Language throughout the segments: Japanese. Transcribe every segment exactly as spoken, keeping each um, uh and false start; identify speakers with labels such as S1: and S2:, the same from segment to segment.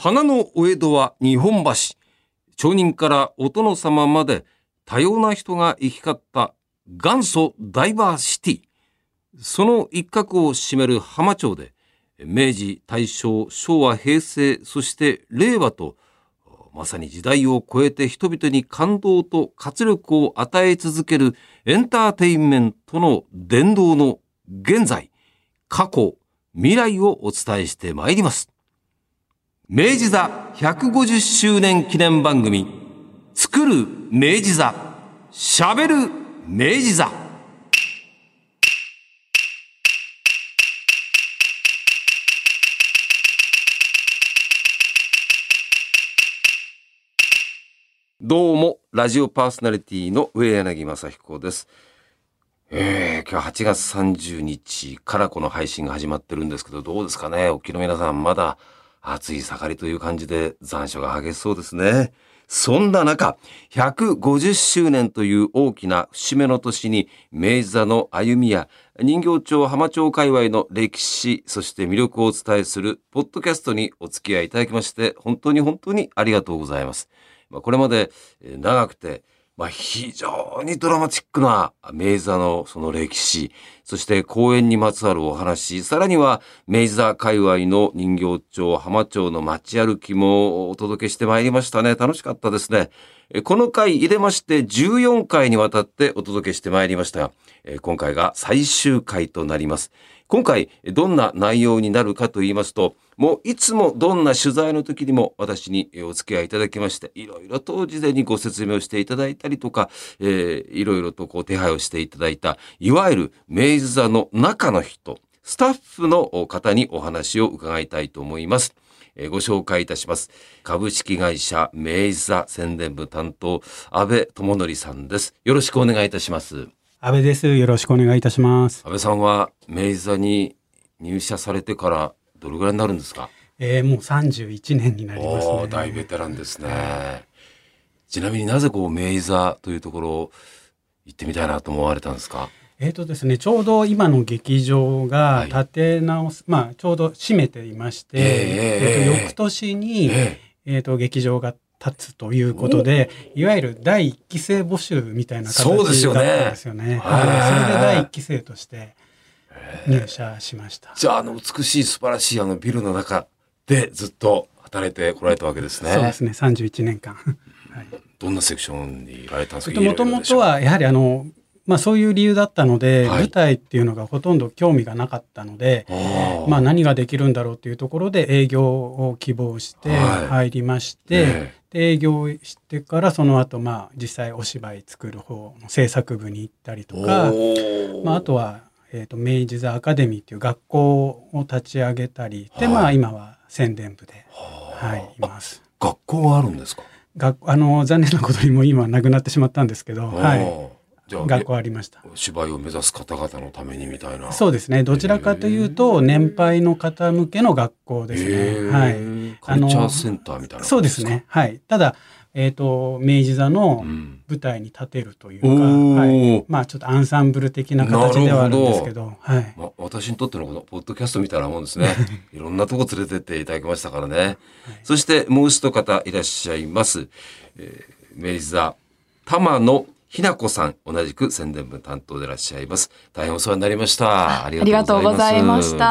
S1: 花のお江戸は日本橋。町人からお殿様まで多様な人が行き交った元祖ダイバーシティ。その一角を占める浜町で、明治、大正、昭和、平成、そして令和と、まさに時代を超えて人々に感動と活力を与え続けるエンターテインメントの殿堂の現在、過去、未来をお伝えしてまいります。明治座ひゃくごじゅっしゅうねん記念番組、作る明治座、喋る明治座。どうもラジオパーソナリティの上柳正彦です。えー、今日はちがつさんじゅうにちからこの配信が始まってるんですけど、どうですかね、お聞きの皆さん。まだ暑い盛りという感じで残暑が激しそうですね。そんな中、ひゃくごじゅっしゅうねんという大きな節目の年に、明治座の歩みや人形町浜町界隈の歴史、そして魅力をお伝えするポッドキャストにお付き合いいただきまして本当に本当にありがとうございます。これまで長くて、まあ、非常にドラマチックな明治座のその歴史、そして公演にまつわるお話、さらには明治座界隈の人形町、浜町の街歩きもお届けしてまいりましたね。楽しかったですね。この回入れましてじゅうよんかいにわたってお届けしてまいりましたが、今回が最終回となります。今回どんな内容になるかと言いますと、もういつもどんな取材の時にも私にお付き合いいただきまして、いろいろと事前にご説明をしていただいたりとか、えー、いろいろとこう手配をしていただいた、いわゆる明治座の中の人、スタッフの方にお話を伺いたいと思います。えー、ご紹介いたします。株式会社明治座宣伝部担当、安倍智則さんです。よろしくお願いいたします。
S2: 安倍です。よろしくお願いいたします。
S1: 安倍さんは明治座に入社されてからどれぐらいになるんですか？
S2: えー、もうさんじゅういちねんになりますね。
S1: おー、大ベテランですね。ちなみになぜこう明治座というところを行ってみたいなと思われたんですか？
S2: えーとですね、ちょうど今の劇場が建て直す、はい、まあちょうど閉めていまして、えーえーと翌年に、えーえーと劇場が立つということで、いわゆるだいいっきせい募集みたいな形だったんですよね。そうですよね。はい、それでだいいっきせいとして入社しました。
S1: じゃあ、あの美しい素晴らしいあのビルの中でずっと働いてこられたわけですね。
S2: そうですね、さんじゅういちねんかん。はい、
S1: どんなセクションにいられたんですか？
S2: もともとはやはりあのまあ、そういう理由だったので、はい、舞台っていうのがほとんど興味がなかったので、まあ、何ができるんだろうというところで営業を希望して入りまして、はい、で営業してからその後、まあ実際お芝居作る方の制作部に行ったりとか、まあ、あとは、えーと、明治座アカデミーっていう学校を立ち上げたりで、まあ、今は宣伝部で、はい、います。
S1: 学校はあるんですか？
S2: 学あの残念なことにも今なくなってしまったんですけど、はい、学校ありました。
S1: 芝居を目指す方々のためにみたいな。
S2: そうですね、どちらかというと年配の方向けの学校ですね。はい、
S1: カルチャーセンターみたいな。
S2: そうですね、はい。ただ、えーと、明治座の舞台に立てるというか、うんはい、まあちょっとアンサンブル的な形ではあるんですけど、はい、
S1: まあ、私にとってのこのポッドキャストみたいなもんですね。いろんなとこ連れてっていただきましたからね。はい、そしてもう一方いらっしゃいます。えー、明治座玉野ひなこさん、同じく宣伝部担当でいらっしゃいます。大変お世話になりました。
S3: ありがとうございました。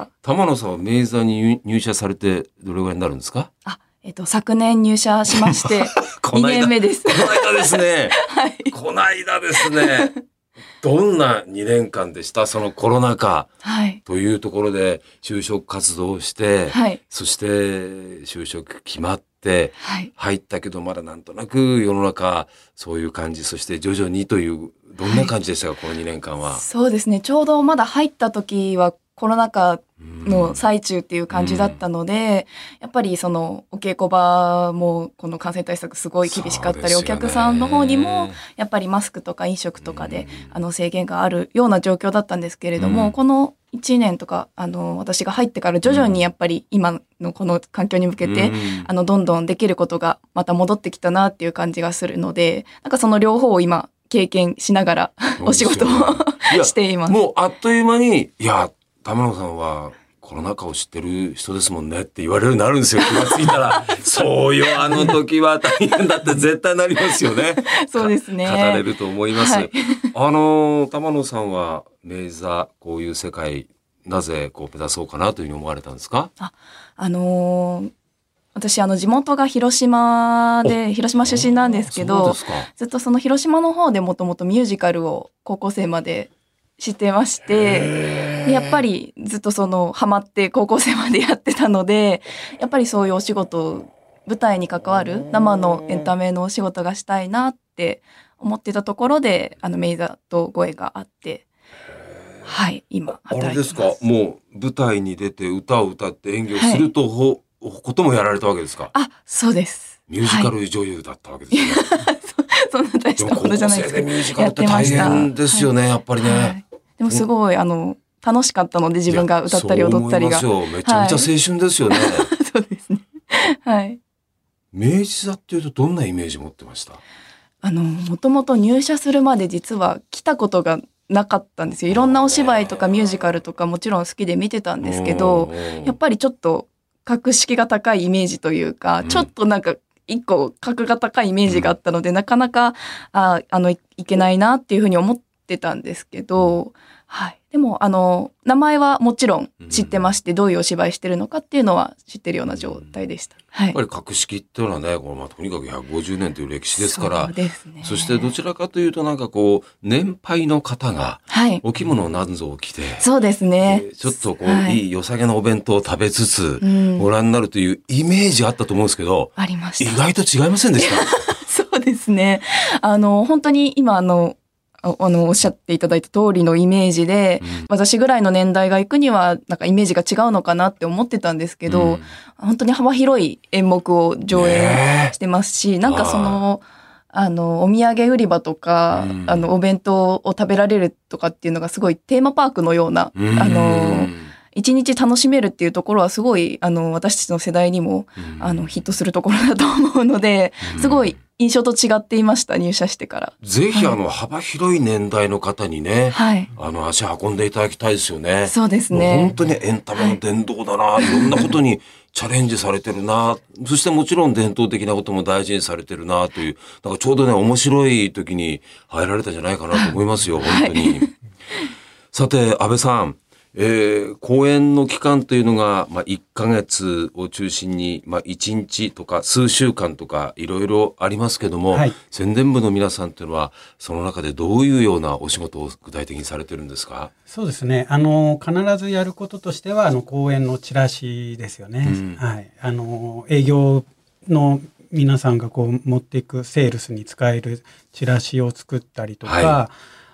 S1: 玉野さんは明治座に入社されてどれぐらいになるんですか？
S3: あ、えっと昨年入社しましてにねんめです。
S1: この間ですね。
S3: はい。
S1: この間ですね。どんなにねんかんでした？そのコロナ禍というところで就職活動をして、はい、そして就職決まって。入ったけどまだなんとなく世の中そういう感じ、そして徐々にというどんな感じでしたか、はい、このにねんかんは。
S3: そうですね、ちょうどまだ入った時はコロナ禍の最中っていう感じだったので、やっぱりそのお稽古場もこの感染対策すごい厳しかったり、ね、お客さんの方にもやっぱりマスクとか飲食とかであの制限があるような状況だったんですけれども、このいちねんとかあの私が入ってから徐々にやっぱり今のこの環境に向けて、うん、あのどんどんできることがまた戻ってきたなっていう感じがするので、なんかその両方を今経験しながらお仕事をしています。
S1: もうあっという間に、いや玉野さんはコロナ禍を知ってる人ですもんねって言われるようになるんですよ。気がついたらそうよ、あの時は大変だって絶対なりますよね。
S3: そうですね。
S1: 語れると思います。
S3: はい、
S1: あの玉野さんは明治座こういう世界なぜこう目指そうかなというふうに思われたんですか？
S3: あ、あのー、私あの地元が広島で広島出身なんですけど、ずっとその広島の方でもともとミュージカルを高校生まで知ってまして、でやっぱりずっとそのハマって高校生までやってたので、やっぱりそういうお仕事、舞台に関わる生のエンタメのお仕事がしたいなって思ってたところで、あの明治座とご縁があって、はい、今働いてます。
S1: あれですか、もう舞台に出て歌を歌って演技をすると、はい、こともやられたわけですか？
S3: あ、そうです。
S1: ミュージカル女優だったわけですね。
S3: はい、そ, そんな大したことじゃないですけど、
S1: ミュージカルって大変ですよね、はい、やっぱりね。はい、
S3: でもすごいあの楽しかったので、自分が歌ったり踊ったりが。
S1: そう思いますよ。めちゃめちゃ青春ですよね。はい、
S3: そうですね。はい。
S1: 明治座っていうとどんなイメージ持ってました？
S3: あのもともと入社するまで実は来たことがなかったんですよ。いろんなお芝居とかミュージカルとかもちろん好きで見てたんですけど、やっぱりちょっと格式が高いイメージというか、うん、ちょっとなんか一個格が高いイメージがあったので、うん、なかなかああのいけないなっていうふうに思ってたんですけど、うん、はい。でもあの名前はもちろん知ってまして、うん、どういうお芝居してるのかっていうのは知ってるような状態でした。はい、
S1: やっぱり格式っていうのはね、このまあとにかくひゃくごじゅうねんという歴史ですから、
S3: そうですね、
S1: そしてどちらかというとなんかこう年配の方がお着物を何ぞを着て、はい、
S3: そうですね、
S1: えー、ちょっとこう、はい、いい良さげなお弁当を食べつつ、うん、ご覧になるというイメージあったと思うんですけど、
S3: ありました。
S1: 意外と違いませんでした？
S3: そうですね。あの本当に今あのあのおっしゃっていただいた通りのイメージで、うん、私ぐらいの年代が行くにはなんかイメージが違うのかなって思ってたんですけど、うん、本当に幅広い演目を上演してますし、ね、なんかそのあのお土産売り場とか、うん、あのお弁当を食べられるとかっていうのがすごいテーマパークのような、うん、あの一日楽しめるっていうところはすごいあの私たちの世代にも、うん、あのヒットするところだと思うので、うん、すごい印象と違っていました。入社してから。
S1: ぜひ、はい、あの幅広い年代の方にね、はい、あの足運んでいただきたいですよね。
S3: そうですね。
S1: 本当にエンタメの殿堂だな、はい、いろんなことにチャレンジされてるな、そしてもちろん伝統的なことも大事にされてるなという、なんかちょうどね面白い時に入られたんじゃないかなと思いますよ、本当に。はい、さて安倍さん。えー、公演の期間というのが、まあ、いっかげつを中心に、まあ、いちにちとか数週間とかいろいろありますけども、はい、宣伝部の皆さんというのはその中でどういうようなお仕事を具体的にされてるんですか？
S2: そうですね、あの必ずやることとしてはあの公演のチラシですよね、うん、はい、あの営業の皆さんがこう持っていくセールスに使えるチラシを作ったりとか、はい、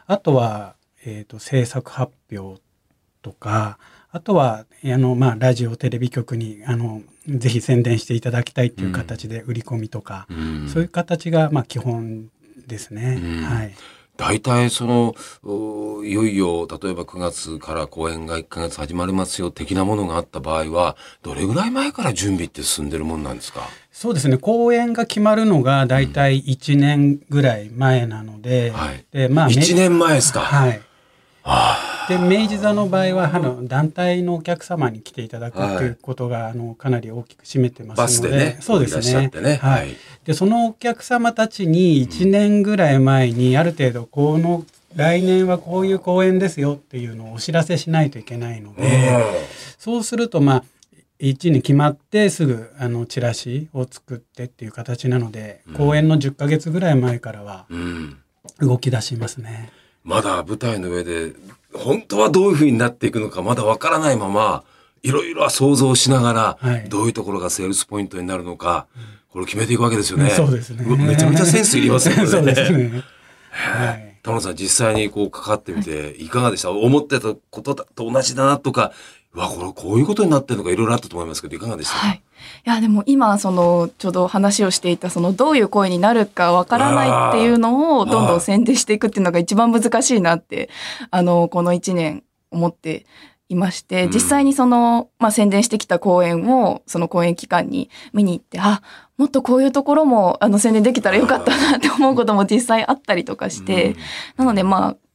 S2: あとは、えーと、制作発表とか、あとはあの、まあ、ラジオテレビ局にあのぜひ宣伝していただきたいっていう形で売り込みとか、うん、そういう形がまあ基本ですね、うん、はい。
S1: 大体そのいよいよ例えばくがつから公演がいっかげつ始まりますよ的なものがあった場合はどれぐらい前から準備って進んでるもんなんですか？
S2: そうですね、公演が決まるのが大体いちねんぐらい前なので、うん、はい、でまあ、
S1: いちねんまえですか？
S2: はい。で明治座の場合はあの団体のお客様に来ていただくということが、はい、あのかなり大きく占めてますので、
S1: バスでね、
S2: そうですね、
S1: ね、
S2: はい、でそのお客様たちにいちねんぐらい前にある程度この来年はこういう公演ですよっていうのをお知らせしないといけないので、そうするとまあいちねん決まってすぐあのチラシを作ってっていう形なので、うん、公演のじゅっかげつぐらい前からは動き出しますね。
S1: まだ舞台の上で本当はどういう風になっていくのかまだわからないままいろいろ想像しながら、はい、どういうところがセールスポイントになるのか、うん、これを決めていくわけですよね。
S2: そうですね。
S1: めちゃめちゃセンスいりますよね。
S2: そうですね。はい。
S1: 玉野さん実際にこうかかってみていかがでした？思ってたことと同じだなとか、うわこれこういうことになってるのかいろいろあったと思いますけどいかがでしたか？はい、
S3: いやでも今そのちょうど話をしていたそのどういう声になるかわからないっていうのをどんどん宣伝していくっていうのが一番難しいなってあのこのいちねん思っていまして、実際にその、まあ、宣伝してきた公演をその公演期間に見に行って、あもっとこういうところもあの宣伝できたらよかったなって思うことも実際あったりとかして、なのでまあ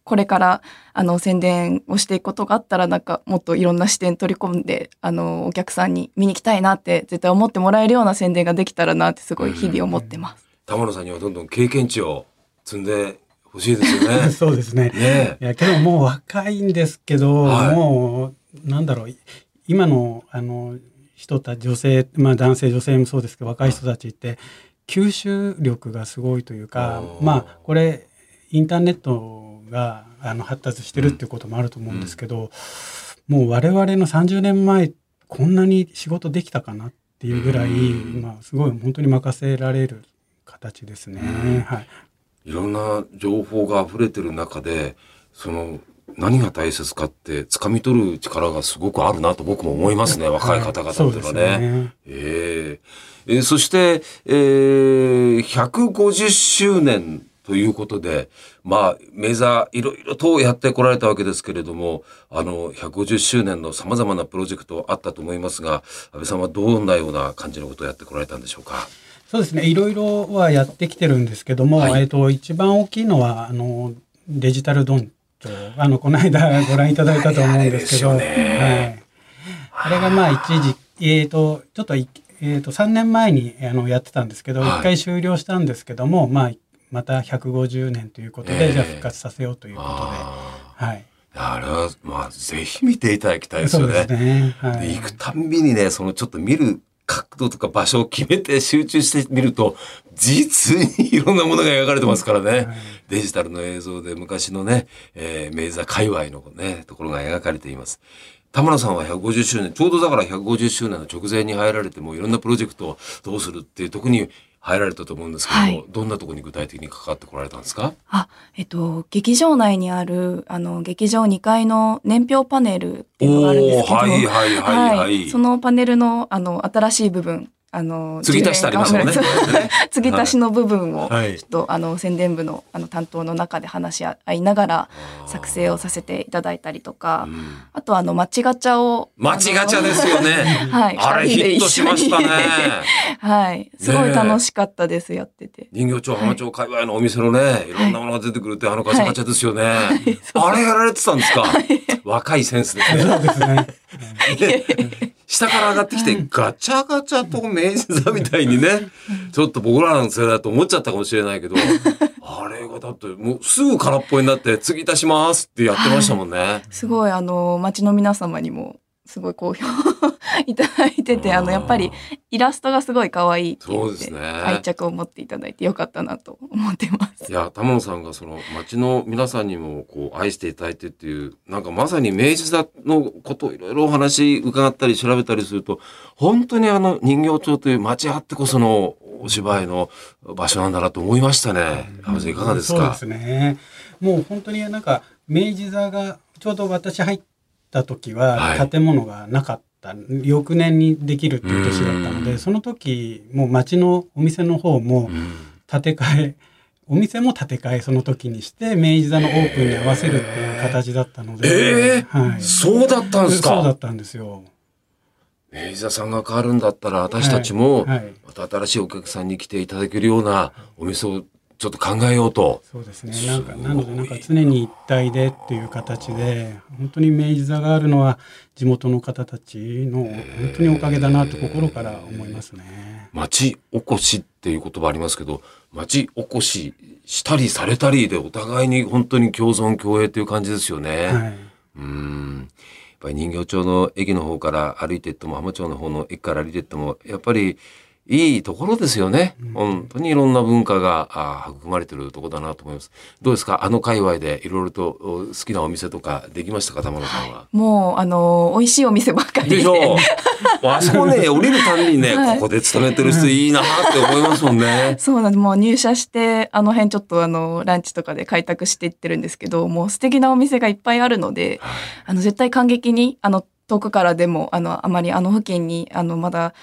S3: これからあの宣伝をしていくことがあったらなんかもっといろんな視点取り込んであのお客さんに見に行きたいなって絶対思ってもらえるような宣伝ができたらなってすごい日々思ってます。
S1: 玉野さんにはどんどん経験値を積んでほしいですよね。
S2: そうですね。
S1: ね
S2: いやけどもう若いんですけど、
S1: はい、
S2: もうなんだろう今のあの人たち女性、まあ、男性女性もそうですけど若い人たちって吸収力がすごいというか、まあこれインターネットがあの発達してるっていうこともあると思うんですけど、うん、もう我々のさんじゅうねんまえこんなに仕事できたかなっていうぐらい、うん、まあ、すごい本当に任せられる形ですね。うん、はい。
S1: いろんな情報が溢れてる中でその何が大切かって掴み取る力がすごくあるなと僕も思いますね、若い方々っていうのはね。はい、ねえー、えー、そして、えー、ひゃくごじゅっしゅうねんということで、まあ、メジャーいろいろとやってこられたわけですけれども、あの、ひゃくごじゅっしゅうねんの様々なプロジェクトあったと思いますが、安倍さんはどんなような感じのことをやってこられたんでしょうか。
S2: そうですね、いろいろはやってきてるんですけども、はい、えっと、一番大きいのは、あの、デジタルドンと、あの、この間ご覧いただいたと思うんですけど、あれ、はい、あれがまあ一時、えっと、ちょっと、えっと、さんねんまえにあのやってたんですけど、一、はい、回終了したんですけども、まあ、またひゃくごじゅうねんということで、えー、じゃあ復活させようということで、はい。
S1: あれは、まあ、ぜひ見ていただきたいですよね。
S2: そうですね。はい、
S1: 行くたんびにね、そのちょっと見る角度とか場所を決めて集中してみると、実にいろんなものが描かれてますからね。はい、デジタルの映像で昔のね、えー、明治座界隈のね、ところが描かれています。玉野さんはひゃくごじゅっしゅうねん、ちょうどだからひゃくごじゅっしゅうねんの直前に入られてもいろんなプロジェクトをどうするっていうところに入られたと思うんですけども、はい、どんなところに具体的に関わってこられたんですか？
S3: あ、えっと、劇場内にある、あの、劇場にかいの年表パネルっていうのがあるんですけど、
S1: はいはいはいはい、はい、
S3: そのパネルの、あの、新しい部分、あの、
S1: 継ぎ足してありますもんね。
S3: 継ぎ足しの部分を、ちょっと、あの、宣伝部の、あの、担当の中で話し合いながら作成をさせていただいたりとか、あと、あの、街ガチャを。
S1: 街ガチャですよね。
S3: はい。
S1: あれヒットしましたね。
S3: はい。すごい楽しかったです、やってて。
S1: 人形町、浜町界隈のお店のね、いろんなものが出てくるって、あのガチャガチャですよね。あれやられてたんですか？若いセンスですね。
S2: そうですね。
S1: 下から上がってきてガチャガチャと明治座みたいにね、ちょっと僕らの世代だと思っちゃったかもしれないけど、あれがだってもうすぐ空っぽになって継ぎ足しますってやってましたもんね。はい、
S3: すごいあの街の皆様にもすごい好評いただいてて、あのやっぱりイラストがすごい可愛いって言って、ね、愛着を持っていただいてよかったなと思ってます。
S1: いや、玉野さんがその街の皆さんにもこう愛していただいてっていう、なんかまさに明治座のことをいろいろお話伺ったり調べたりすると、本当にあの人形町という街あってこそのお芝居の場所なんだなと思いましたね。浜さんいかがですか？
S2: そうですね。もう本当になんか明治座がちょうど私入った時は建物がなかった、はい、翌年にできるっていう年だったので、その時もう街のお店の方も建て替え、お店も建て替えその時にして明治座のオープンに合わせるっていう形だったので、
S1: えーはい、そうだったんですか？
S2: そうだったんですよ。
S1: 明治座さんが変わるんだったら私たちもまた新しいお客さんに来ていただけるようなお店をちょっと考えようと。
S2: そうですね。なんかなのでなんか常に一体でっていう形で、本当に明治座があるのは地元の方たちの本当におかげだなと心から思いますね。
S1: 町おこしっていう言葉ありますけど、町おこししたりされたりでお互いに本当に共存共栄という感じですよね。はい、うーん。やっぱり人形町の駅の方から歩いていっても、浜町の方の駅から歩いていってもやっぱりいいところですよね。うん、本当にいろんな文化が育まれているところだなと思います。どうですか？あの界隈でいろいろと好きなお店とかできましたか？玉野さんは。
S3: もう、あの、美味しいお店ばっかりで。
S1: でしょう。あそこね、降りるたびにね、はい、ここで勤めてる人いいなって思いますもんね。
S3: そうなんです。もう入社して、あの辺ちょっとあの、ランチとかで開拓していってるんですけど、もう素敵なお店がいっぱいあるので、はい、あの、絶対感激に、あの、遠くからでも、あの、あまりあの付近に、あの、まだ、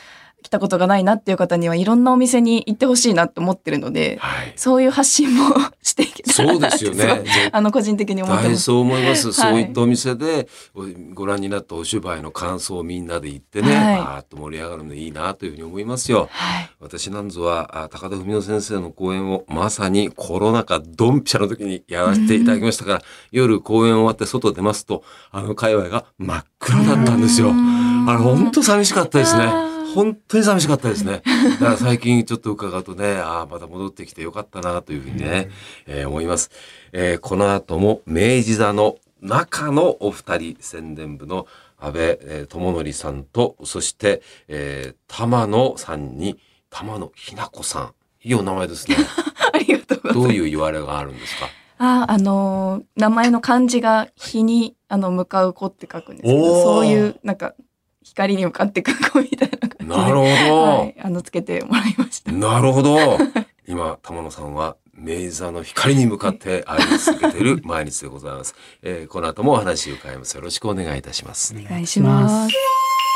S3: 来たことがないなっていう方にはいろんなお店に行ってほしいなと思ってるので、
S1: はい、
S3: そういう発信もしていけたら
S1: そうですよね。
S3: あの個人的に思ってます。
S1: そう思います、はい、そういったお店でご覧になったお芝居の感想をみんなで言ってね、はい、バーッと盛り上がるのいいなというふうに思いますよ、はい、私なんぞは高田文夫先生の講演をまさにコロナ禍ドンピシャの時にやらせていただきましたから、夜講演終わって外出ますとあの界隈が真っ暗だったんですよ。あれ本当寂しかったですね。本当に寂しかったですね。だから最近ちょっと伺うとね、ああまた戻ってきてよかったなというふうにね、えー、思います、えー。この後も明治座の中のお二人、宣伝部の安倍、えー、智則さんと、そして、えー、玉野さんに玉野ひな子さん、いいお名前ですね。
S3: ありがとうございます。
S1: どういう言われがあるんですか？
S3: あ、あのー、名前の漢字が日にあの向かう子って書くんですけど、そういうなんか光に向かって書く子みたいな感じで、
S1: なるほど、
S3: はい、あのつけてもらいました。
S1: なるほど。今玉野さんは明治座の光に向かって歩み続けている毎日でございます、えー、この後もお話を伺います。よろしくお願いいたします。
S3: お願いします。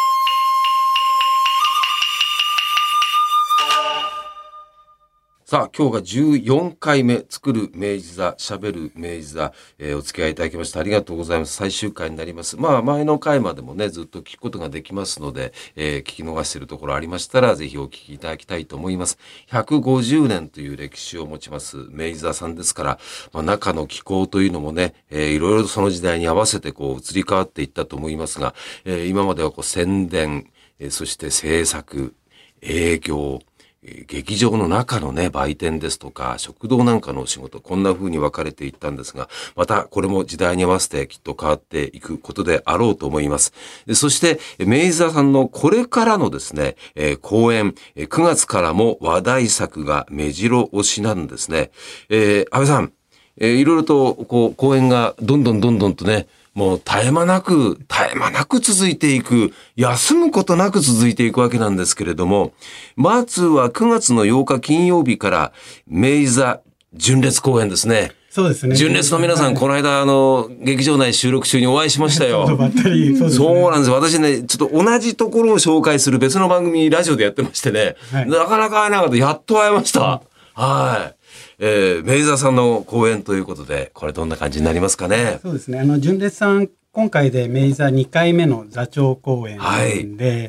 S1: さあ今日がじゅうよんかいめ作る明治座喋る明治座、えー、お付き合いいただきましてありがとうございます。最終回になります。まあ前の回までもねずっと聞くことができますので、えー、聞き逃しているところありましたらぜひお聞きいただきたいと思います。ひゃくごじゅうねんという歴史を持ちます明治座さんですから、まあ、中の気候というのもね、えー、いろいろとその時代に合わせてこう移り変わっていったと思いますが、えー、今まではこう宣伝、えー、そして制作、営業、劇場の中のね売店ですとか食堂なんかのお仕事、こんな風に分かれていったんですが、またこれも時代に合わせてきっと変わっていくことであろうと思います。そして明治座さんのこれからのですね、えー、公演くがつからも話題作が目白押しなんですね。えー、安倍さん、えー、いろいろとこう公演がどんどんどんどんとねもう絶え間なく絶え間なく続いていく、休むことなく続いていくわけなんですけれども、まずはくがつのようか金曜日から明治座純烈公演ですね。
S2: そうですね。
S1: 純烈の皆さん、はい、この間あの劇場内収録中にお会いしましたよ。
S2: そうですね、
S1: そうなんです。私ねちょっと同じところを紹介する別の番組ラジオでやってましてね、はい、なかなか会えなかった。やっと会えました。はい。えー、明治座さんの公演ということで、これどんな感じになりますかね。
S2: そうですね。あの純烈さん今回で明治座にかいめの座長公演で、はい、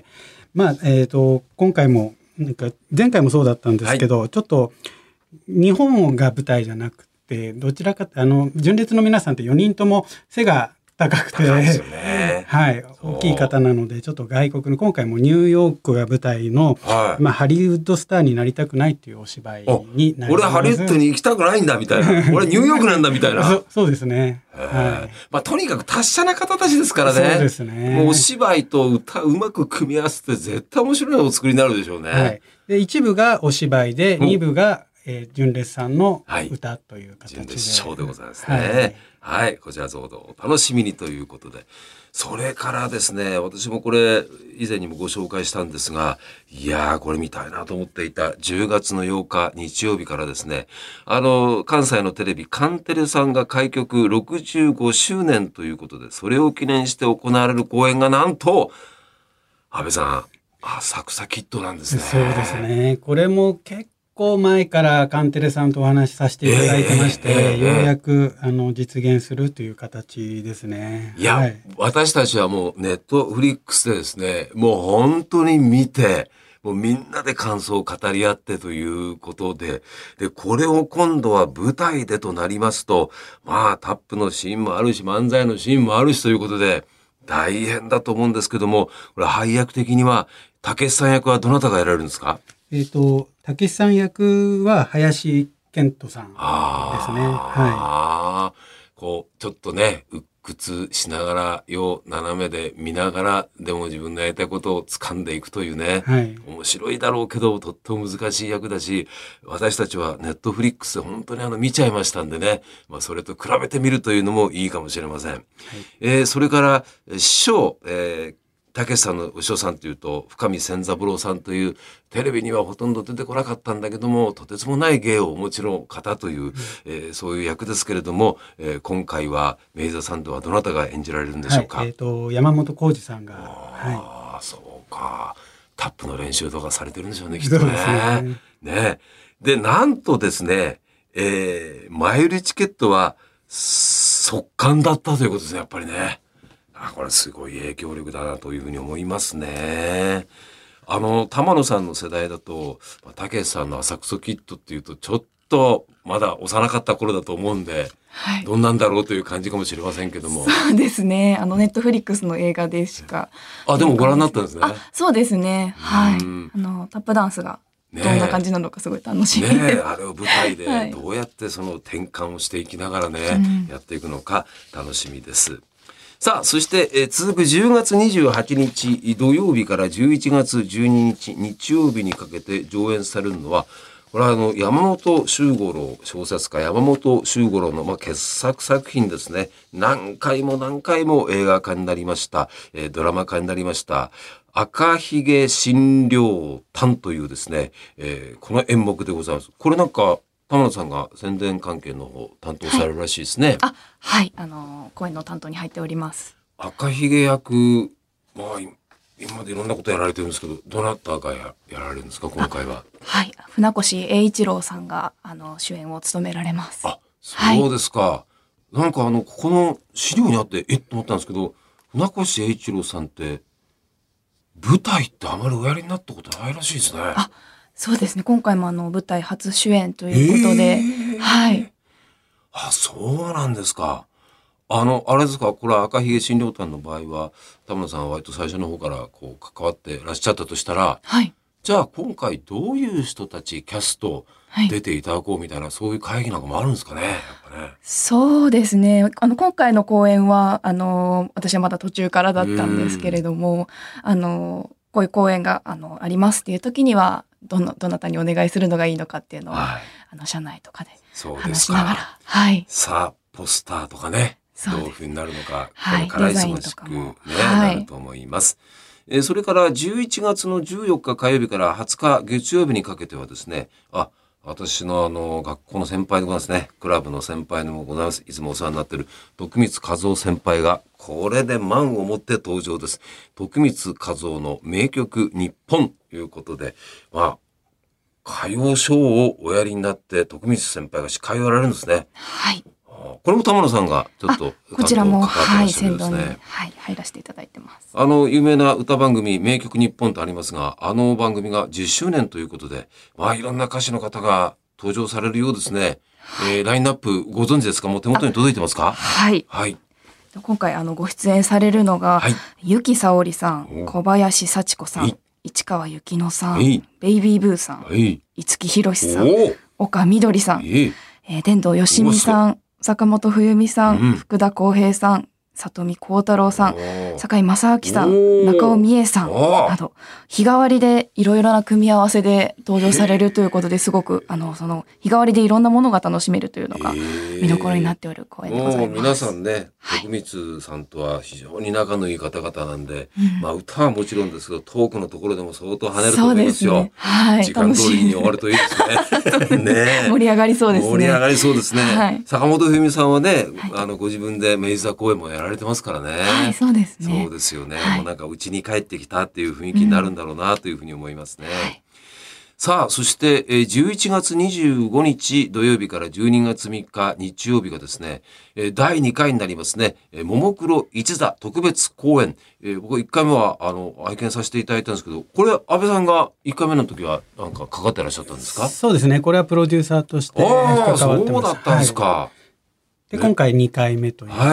S2: まあえっ、ー、と今回もなんか前回もそうだったんですけど、はい、ちょっと日本が舞台じゃなくてどちらかあの純烈の皆さんってよにんとも背が高くて、ね、はい、大きい方なのでちょっと外国の今回もニューヨークが舞台の、はいまあ、ハリウッドスターになりたくないというお芝居になります。
S1: 俺はハリウッドに行きたくないんだみたいな俺はニューヨークなんだみたいな
S2: そ, そうですね、
S1: はいまあ、とにかく達者な方たちですからね。
S2: そうですね。
S1: もうお芝居と歌うまく組み合わせて絶対面白いお作りになるでしょうね、はい、
S2: で一部がお芝居で二部が、えー、純烈さんの歌という形で、はい、純烈ショーでございますね、はいはい、こちらどうぞお楽しみにということで、それからですね私もこれ以前にもご紹介したんですが、いやーこれ見たいなと思っていたじゅうがつのようか日曜日からですね、あの関西のテレビカンテレさんが開局ろくじゅうごしゅうねんということで、それを記念して行われる公演がなんと安倍さん浅草キッドなんですね。 そうですね。これも結構結構前からカンテレさんとお話しさせていただいてまして、えーえー、ようやくあの実現するという形ですね。
S1: いや、はい、私たちはもうネットフリックスでですね、もう本当に見て、もうみんなで感想を語り合ってということで、で、これを今度は舞台でとなりますと、まあタップのシーンもあるし、漫才のシーンもあるしということで、大変だと思うんですけども、これ配役的には、たけしさん役はどなたがやられるんですか？
S2: えっと、たけしさん役は林遣都さんですね。はい。
S1: こう、ちょっとね、鬱屈しながら、よう斜めで見ながら、でも自分のやりたいことを掴んでいくというね、はい、面白いだろうけど、とっても難しい役だし、私たちはネットフリックスで本当にあの見ちゃいましたんでね、まあそれと比べてみるというのもいいかもしれません。はい、えー、それから、師匠、えーたけしさんの後ろさんというと深見千三郎さんというテレビにはほとんど出てこなかったんだけどもとてつもない芸をお持ちの方という、うんえー、そういう役ですけれども、えー、今回は明治座さんではどなたが演じられるんでしょうか？
S2: はい、えーと、山本浩二さんが、
S1: あ、はい、そうか。 タップの練習とかされてるんでしょうね、きっとね。
S2: そうですね。
S1: ね。で、なんとですね、えー、前売りチケットは速乾だったということですね、やっぱりね。あ、これすごい影響力だなというふうに思いますね。あの、玉野さんの世代だと、たけしさんの浅草キッドっていうと、ちょっとまだ幼かった頃だと思うんで、はい、どんなんだろうという感じかもしれませんけども。
S3: そうですね。あの、ネットフリックスの映画でしか。
S1: あ、でもご覧になったんですね。
S3: あ、そうですね。はい。あの、タップダンスが。どんな感じなのかすごい楽しみです。
S1: ねえ、あれを舞台でどうやってその転換をしていきながらね、はい、やっていくのか楽しみです。さあ、そして、えー、続くじゅうがつにじゅうはちにち土曜日からじゅういちがつじゅうににち日曜日にかけて上演されるのは、これはあの山本周五郎、小説家山本周五郎のまあ傑作作品ですね。何回も何回も映画化になりました、えー、ドラマ化になりました赤ひげ診療譚というですね、えー、この演目でございます。これなんか玉野さんが宣伝関係の方担当されるらしいですね。はい、
S3: あ、はい、あの公演の担当に入っております。
S1: 赤ひげ役、まあ今までいろんなことやられてるんですけど、どなたが や, やられるんですか今回は。
S3: はい、船越英一郎さんがあの主演を務められます。
S1: あ、そうですか。はい、なんかあのここの資料にあってえっと思ったんですけど、船越英一郎さんって舞台ってあまりおやりになったことないらしいですね。
S3: あ、そうですね。今回もあの舞台初主演ということで、えー、はい。
S1: あ、そうなんですか。あの、あれですか、これは赤ひげ診療譚の場合は、玉野さんは割と最初の方からこう関わってらっしゃったとしたら、
S3: はい。
S1: じゃあ今回どういう人たち、キャスト出ていただこうみたいな、はい、そういう会議なんかもあるんですかね、やっぱね。
S3: そうですね。あの、今回の公演は、あの、私はまだ途中からだったんですけれども、あの、こういう公演があのありますっていう時には、どの、どなたにお願いするのがいいのかっていうのは、はい、あの、社内とかで話しながら。はい。
S1: さあ、ポスターとかね。どういうふうになるのか、これから忙しく、ね、はい、なると思います。えー、それからじゅういちがつのじゅうよっか火曜日からはつか月曜日にかけてはですね、あ、私のあの学校の先輩でございますね、クラブの先輩でもございます。いつもお世話になっている徳光和夫先輩がこれで満を持って登場です。徳光和夫の名曲日本ということで、まあ歌謡ショーをおやりになって徳光先輩が司会をやられるんですね。
S3: はい。
S1: これも玉野さんがちょっと
S3: こちらも、はい、先導に、はい、入らせていただいてます。
S1: あの有名な歌番組名曲日本とありますが、あの番組がじゅっしゅうねんということで、まあいろんな歌手の方が登場されるようですね。はい、えー、ラインナップご存知ですか？もう手元に届いてますか？
S3: はい。
S1: はい。
S3: 今回あのご出演されるのが、はい、由紀さおりさん、小林幸子さん、市川由紀乃さん、ベイビーブーさん、五木ひろしさん、岡みどりさん、えー、天童よしみさん、坂本冬美さん、うん、福田浩平さん、里見幸太郎さん、坂井正明さん、中尾美恵さんなど、日替わりでいろいろな組み合わせで登場されるということですごく、あの、その、日替わりでいろんなものが楽しめるというのが見どころになっておる公演でございます。
S1: 皆さんね、徳光さんとは非常に仲のいい方々なんで、はい、まあ歌はもちろんですけど、トークのところでも相当跳ねると思いますよ。ね、はい、時間通りに終わるといいですね。ね
S3: 盛り上がりそうですね。
S1: 盛り上がりそうですね。はい、坂本冬美さんはね、はい、あの、ご自分で明治座公演もやられてますからね。
S3: はい、そうですね。
S1: そうですよね。はい、もうなんか家に帰ってきたっていう雰囲気になるんだろうなというふうに思いますね。うん、はい、さあ、そしてじゅういちがつにじゅうごにち土曜日からじゅうにがつみっか日曜日がですね、だいにかいになりますね、ももクロ一座特別公演。僕いっかいめはあの拝見させていただいたんですけど、これ安倍さんがいっかいめの時はなんかかかってらっしゃったんですか？
S2: そうですね。これはプロデューサーとして関わってます。
S1: ああ、そうだったんですか。はい、
S2: で今回にかいめということで、はい、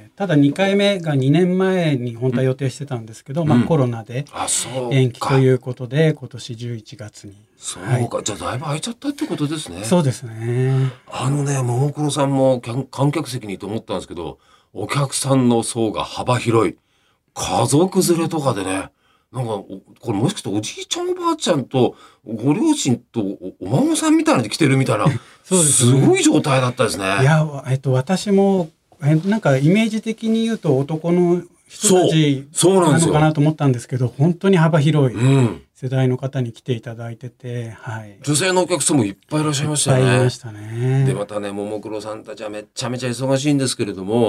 S2: ただにかいめがにねんまえに本当は予定してたんですけど、うん、まあ、コロナで延期ということで、今年じゅういちがつに。
S1: そうか、はい、じゃあだいぶ空いちゃったってことですね。
S2: そうですね。
S1: あのね、ももクロさんも観客席にと思ったんですけど、お客さんの層が幅広い。家族連れとかでね、なんかこれもしかしておじいちゃんおばあちゃんとご両親とお孫さんみたいなので来てるみたいなそうです、ね、すごい状態だったですね。
S2: いや、えっと、私もえなんかイメージ的に言うと男の人たちなのかなと思ったんですけど、本当に幅広い世代の方に来ていただいてて、はい、
S1: 女性のお客さんもいっぱいいらっしゃいましたね。
S2: いっぱいいましたね。
S1: でまたね、ももクロさんたちはめちゃめちゃ忙しいんですけれども、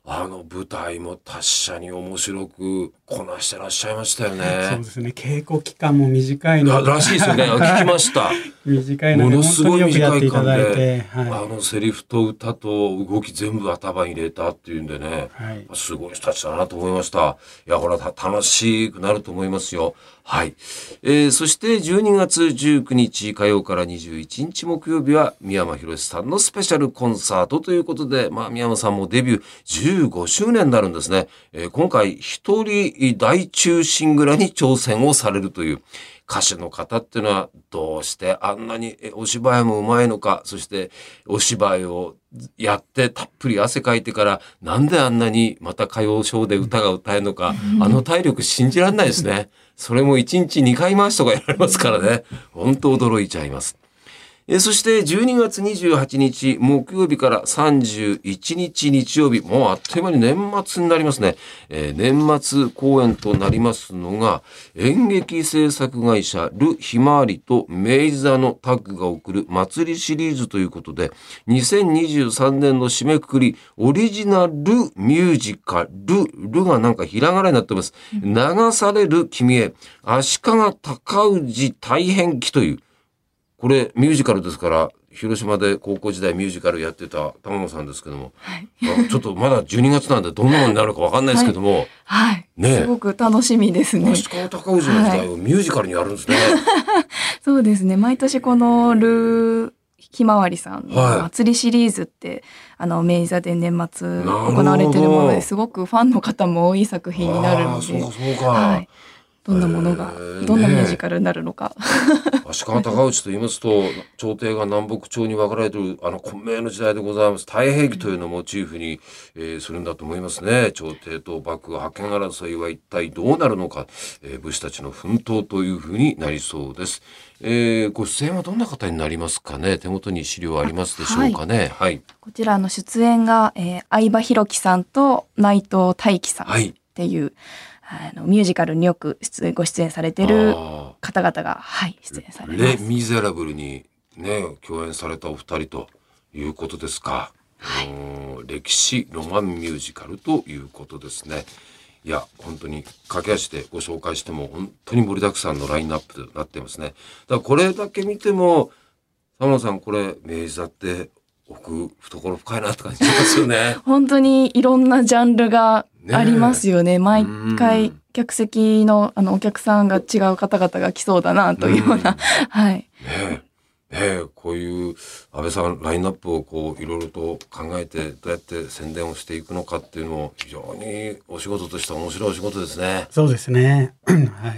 S1: あの舞台も達者に面白くこなしてらっしゃいましたよね。
S2: そうですね。稽古期間も短いの
S1: ららしいですよね。聞きました。
S2: 短いので
S1: ものすごい短い間で、
S2: はい、
S1: あのセリフと歌と動き全部頭に入れたっていうんでね、
S2: はい、
S1: すごい人たちだなと思いました。いや、これは楽しくなると思いますよ。はい。えー、そしてじゅうにがつじゅうくにち火曜からにじゅういちにち木曜日は三山ひろしさんのスペシャルコンサートということで、まあ三山さんもデビューじゅうごしゅうねんになるんですね。えー、今回一人大中シングラに挑戦をされるという歌手の方っていうのはどうしてあんなにお芝居もうまいのか、そしてお芝居をやってたっぷり汗かいてからなんであんなにまた歌謡ショーで歌が歌えるのか、あの体力信じられないですね。それもいちにちにかい回しとかやられますからね。本当驚いちゃいます。えそしてじゅうにがつにじゅうはちにち木曜日からさんじゅういちにち日曜日、もうあっという間に年末になりますね。えー、年末公演となりますのが、演劇制作会社ル・ひまわりと明治座のタッグが送る祭りシリーズということで、にせんにじゅうさんねんの締めくくり、オリジナルミュージカル、ルがなんかひらがなになってます。流される君へ、足利尊氏大変記という、これミュージカルですから、広島で高校時代ミュージカルやってた玉野さんですけども、はい、ちょっとまだじゅうにがつなんでどんなものになるかわかんないですけども、
S3: はい、はい、ね、すごく楽しみですね。
S1: 足利尊氏の時代をミュージカルにやるんですね。はい、
S3: そうですね。毎年このルひまわりさんの祭りシリーズって、はい、あの明治座で年末行われているものですごくファンの方も多い作品になるので、
S1: そうかそうか、
S3: はい、どんなものが、えー、どんなミュージカルになるのか。
S1: 足利尊氏と言いますと、朝廷が南北朝に分かれているあの混迷の時代でございます。太平記というのをモチーフに、えー、するんだと思いますね。朝廷と幕府覇権争いは一体どうなるのか、えー、武士たちの奮闘というふうになりそうです。えー、ご出演はどんな方になりますかね。手元に資料ありますでしょうかね。はい。はい、
S3: こちらの出演が、えー、相葉弘樹さんと内藤大樹さんっていう、はい、あのミュージカルによく出演ご出演されている方々が、はい、出演されます。
S1: レ・ミゼラブルにね共演されたお二人ということですか。はい、歴史ロマンミュージカルということですね。いや本当に駆け足でご紹介しても本当に盛りだくさんのラインナップとなっていますね。だからこれだけ見ても玉野さん、これ明治座って奥懐深いなって感じしますよね。本
S3: 当にいろんなジャンルがありますよね。ね、毎回客席のあのお客さんが違う方々が来そうだなというような、はい。
S1: ねえ、ね、こういう安倍さんラインナップをこういろいろと考えてどうやって宣伝をしていくのかっていうのも非常にお仕事としては面白いお仕事ですね。
S2: そうですね。はい。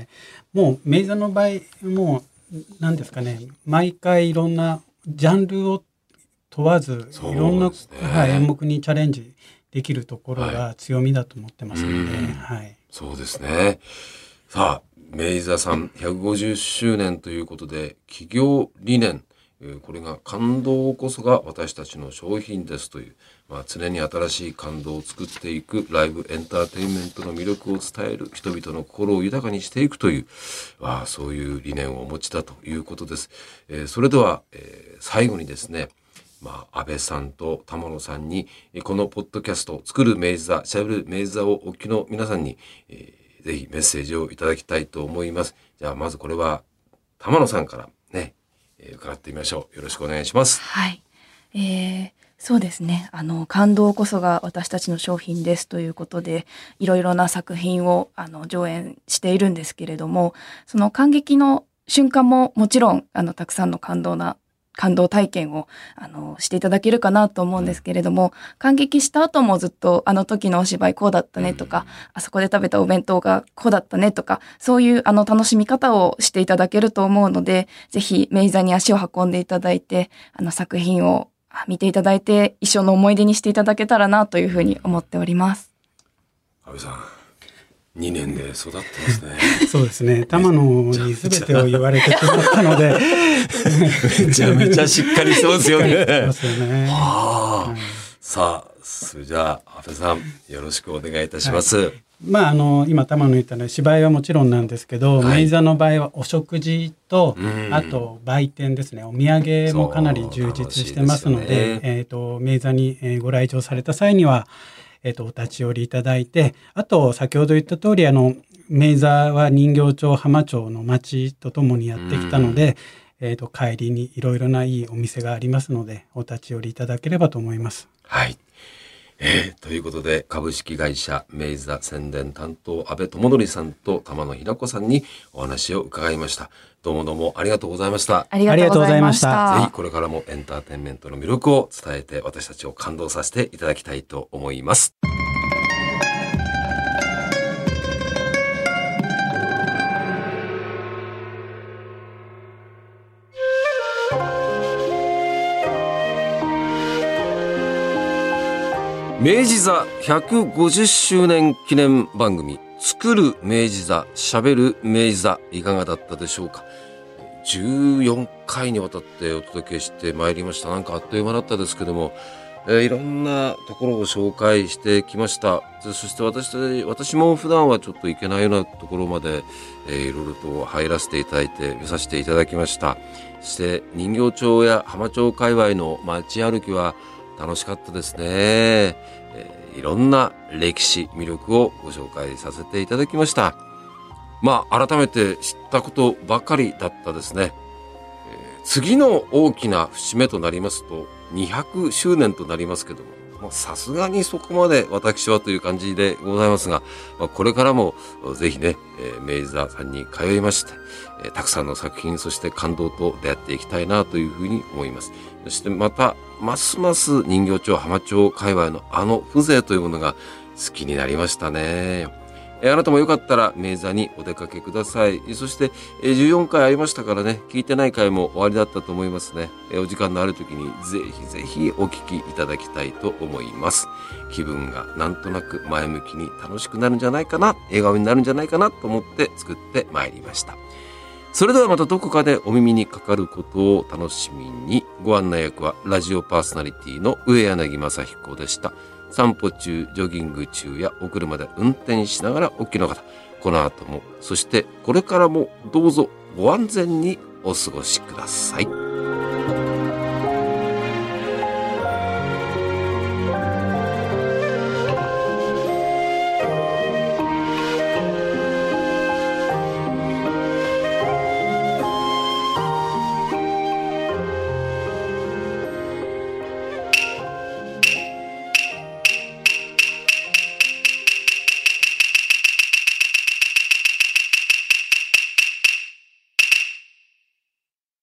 S2: もう明治座の場合もう何ですかね、毎回いろんなジャンルを問わずいろんな、ね、はい、演目にチャレンジできるところが強みだと思ってますので、はいはい、
S1: そうですね。さあ明治座さんひゃくごじゅっしゅうねんということで企業理念、これが感動こそが私たちの商品ですという、まあ、常に新しい感動を作っていくライブエンターテインメントの魅力を伝える、人々の心を豊かにしていくという、まあ、そういう理念をお持ちだということです。えー、それでは、えー、最後にですね、まあ、安倍さんと玉野さんにこのポッドキャスト作る明治座、しゃべる明治座をお聞きの皆さんに、えー、ぜひメッセージをいただきたいと思います。じゃあまずこれは玉野さんからね、えー、伺ってみましょう。よろしくお願いします。
S3: はい、えー、そうですね、あの感動こそが私たちの商品ですということでいろいろな作品をあの上演しているんですけれども、その感激の瞬間ももちろんあのたくさんの感動な感動体験をあのしていただけるかなと思うんですけれども、感激した後もずっとあの時のお芝居こうだったねとか、あそこで食べたお弁当がこうだったねとか、そういうあの楽しみ方をしていただけると思うので、ぜひ明治座に足を運んでいただいて、あの作品を見ていただいて一生の思い出にしていただけたらなというふうに思っております。
S1: 安倍さん、にねんで育ってますね。
S2: そうですね。玉野に全てを言われてしまったので
S1: めちゃめちゃしっかりしてますよね。
S2: ますよね。
S1: はあ、はい、さあそれじゃあ安倍さんよろしくお願いいたします。はい、
S2: まああの今玉野言ったのは芝居はもちろんなんですけど、はい、明治座の場合はお食事と、あと売店ですね、お土産もかなり充実してますので、えーと明治座にご来場された際にはえっと、お立ち寄りいただいて、あと、先ほど言った通り、あの、明治座は人形町、浜町の町とともにやってきたので、えっと、帰りにいろいろないいお店がありますので、お立ち寄りいただければと思います。
S1: はい。えー、ということで、株式会社明治座宣伝担当、安倍智則さんと玉野平子さんにお話を伺いました。どうもどうもありがとうございました。
S3: ありがとうございました。
S1: ぜひこれからもエンターテインメントの魅力を伝えて、私たちを感動させていただきたいと思います。明治座ひゃくごじゅっしゅうねん記念番組、作る明治座、喋る明治座、いかがだったでしょうか。じゅうよんかいにわたってお届けしてまいりました。なんかあっという間だったですけども、えー、いろんなところを紹介してきました。そして私私も普段はちょっと行けないようなところまで、えー、いろいろと入らせていただいて見させていただきました。そして人形町や浜町界隈の街歩きは楽しかったですね、えー、いろんな歴史魅力をご紹介させていただきました。まあ改めて知ったことばかりだったですね、えー、次の大きな節目となりますとにひゃくしゅうねんとなりますけども、さすがにそこまで私はという感じでございますが、まあ、これからもぜひね、えー、明治座さんに通いまして、えー、たくさんの作品、そして感動と出会っていきたいなというふうに思います。そしてまたますます人形町浜町界隈のあの風情というものが好きになりましたね。えー、あなたもよかったら明治座にお出かけください。そして、えー、じゅうよんかいありましたからね、聞いてない回も終わりだったと思いますね。えー、お時間のある時にぜひぜひお聞きいただきたいと思います。気分がなんとなく前向きに楽しくなるんじゃないかな、笑顔になるんじゃないかなと思って作ってまいりました。それではまたどこかでお耳にかかることを楽しみに。ご案内役はラジオパーソナリティの上柳正彦でした。散歩中、ジョギング中やお車で運転しながらお聞きの方、この後も、そしてこれからもどうぞご安全にお過ごしください。